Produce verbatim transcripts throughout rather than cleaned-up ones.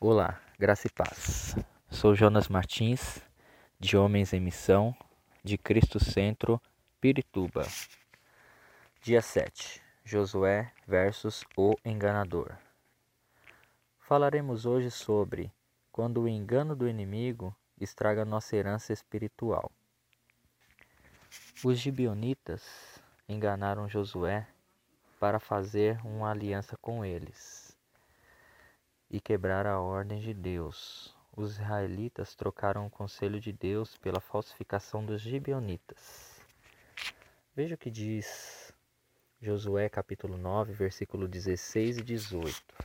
Olá, graça e paz. Sou Jonas Martins, de Homens em Missão, de Cristo Centro, Pirituba. Dia sete. Josué versus o enganador. Falaremos hoje sobre quando o engano do inimigo estraga nossa herança espiritual. Os gibeonitas enganaram Josué para fazer uma aliança com eles e quebrar a ordem de Deus. Os israelitas trocaram o conselho de Deus pela falsificação dos gibeonitas. Veja o que diz Josué capítulo nove, versículo dezesseis e dezoito.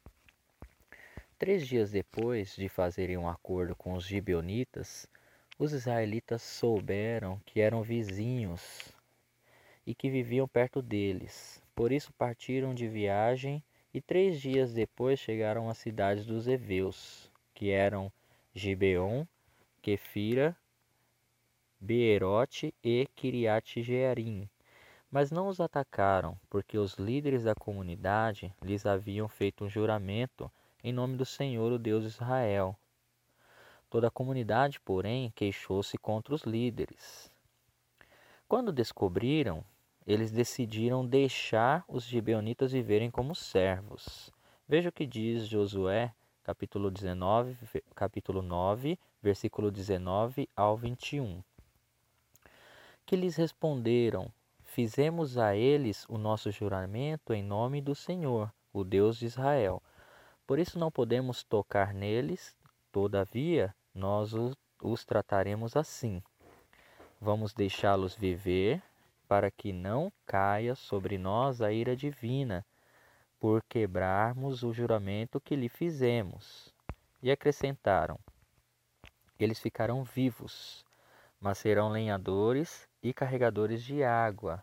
Três dias depois de fazerem um acordo com os gibeonitas, os israelitas souberam que eram vizinhos e que viviam perto deles. Por isso partiram de viagem e três dias depois chegaram às cidades dos heveus, que eram Gibeon, Quefira, Beerote e Quiriate-Jearim. Mas não os atacaram, porque os líderes da comunidade lhes haviam feito um juramento em nome do Senhor, o Deus de Israel. Toda a comunidade, porém, queixou-se contra os líderes. Quando descobriram, eles decidiram deixar os gibeonitas viverem como servos. Veja o que diz Josué, capítulo dezenove, capítulo nove, versículo dezenove ao vinte e um. Que lhes responderam: Fizemos a eles o nosso juramento em nome do Senhor, o Deus de Israel. Por isso não podemos tocar neles, todavia nós os trataremos assim. Vamos deixá-los viver, para que não caia sobre nós a ira divina, por quebrarmos o juramento que lhe fizemos. E acrescentaram: eles ficarão vivos, mas serão lenhadores e carregadores de água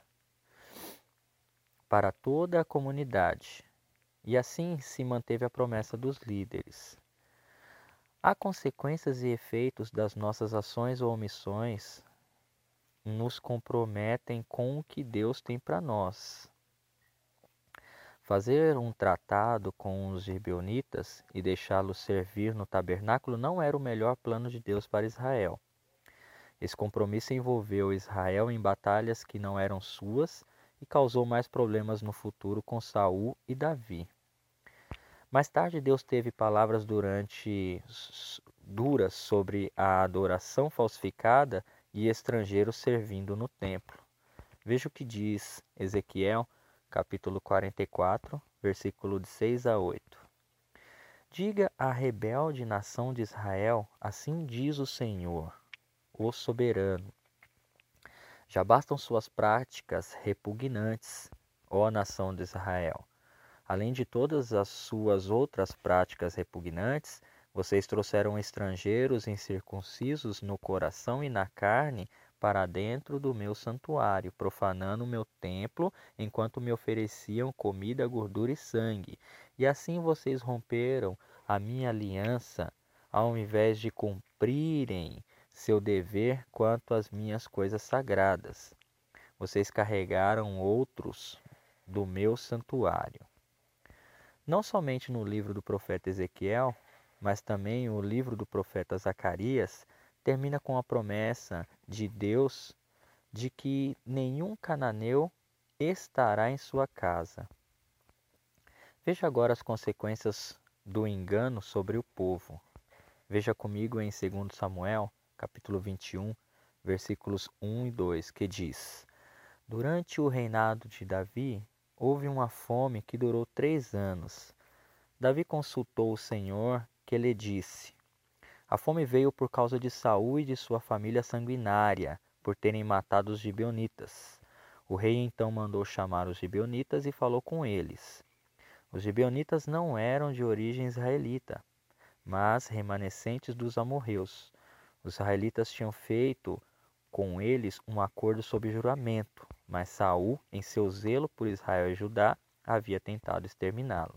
para toda a comunidade. E assim se manteve a promessa dos líderes. Há consequências e efeitos das nossas ações ou omissões nos comprometem com o que Deus tem para nós. Fazer um tratado com os gibeonitas e deixá-los servir no tabernáculo não era o melhor plano de Deus para Israel. Esse compromisso envolveu Israel em batalhas que não eram suas e causou mais problemas no futuro com Saul e Davi. Mais tarde, Deus teve palavras durante duras sobre a adoração falsificada e estrangeiros servindo no templo. Veja o que diz Ezequiel, capítulo quarenta e quatro, versículo de seis a oito. Diga à rebelde nação de Israel: assim diz o Senhor, o soberano. Já bastam suas práticas repugnantes, ó nação de Israel. Além de todas as suas outras práticas repugnantes, vocês trouxeram estrangeiros incircuncisos no coração e na carne para dentro do meu santuário, profanando o meu templo, enquanto me ofereciam comida, gordura e sangue. E assim vocês romperam a minha aliança, ao invés de cumprirem seu dever quanto às minhas coisas sagradas. Vocês carregaram outros do meu santuário. Não somente no livro do profeta Ezequiel, mas também o livro do profeta Zacarias termina com a promessa de Deus de que nenhum cananeu estará em sua casa. Veja agora as consequências do engano sobre o povo. Veja comigo em segundo Samuel, capítulo vinte e um, versículos um e dois, que diz: Durante o reinado de Davi, houve uma fome que durou três anos. Davi consultou o Senhor, que lhe disse: A fome veio por causa de Saul e de sua família sanguinária, por terem matado os gibeonitas. O rei então mandou chamar os gibeonitas e falou com eles. Os gibeonitas não eram de origem israelita, mas remanescentes dos amorreus. Os israelitas tinham feito com eles um acordo sob juramento, mas Saul, em seu zelo por Israel e Judá, havia tentado exterminá-los.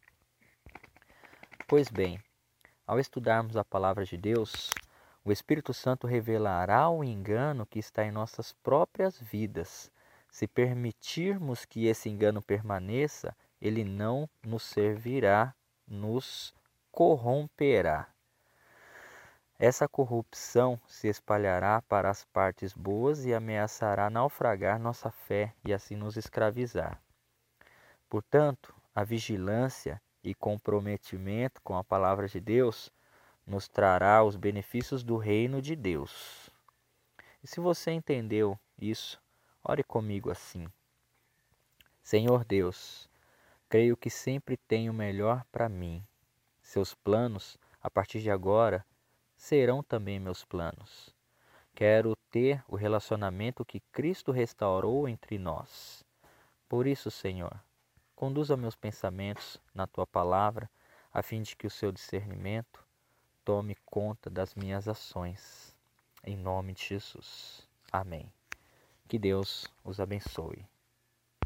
Pois bem, ao estudarmos a palavra de Deus, o Espírito Santo revelará o engano que está em nossas próprias vidas. Se permitirmos que esse engano permaneça, ele não nos servirá nos corromperá. Essa corrupção se espalhará para as partes boas e ameaçará naufragar nossa fé e assim nos escravizar. Portanto, a vigilância e comprometimento com a palavra de Deus nos trará os benefícios do reino de Deus. E se você entendeu isso, ore comigo assim: Senhor Deus, creio que sempre tem o melhor para mim. Seus planos, a partir de agora, serão também meus planos. Quero ter o relacionamento que Cristo restaurou entre nós. Por isso, Senhor, conduza meus pensamentos na Tua palavra, a fim de que o Seu discernimento tome conta das minhas ações. Em nome de Jesus. Amém. Que Deus os abençoe.